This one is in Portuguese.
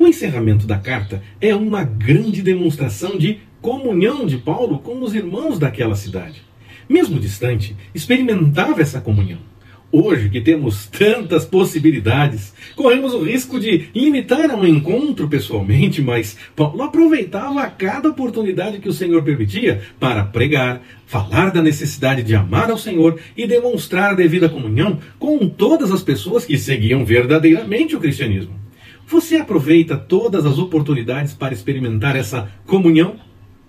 O encerramento da carta é uma grande demonstração de comunhão de Paulo com os irmãos daquela cidade. Mesmo distante, experimentava essa comunhão. Hoje, que temos tantas possibilidades, corremos o risco de limitar um encontro pessoalmente, mas Paulo aproveitava a cada oportunidade que o Senhor permitia para pregar, falar da necessidade de amar ao Senhor e demonstrar a devida comunhão com todas as pessoas que seguiam verdadeiramente o cristianismo. Você aproveita todas as oportunidades para experimentar essa comunhão?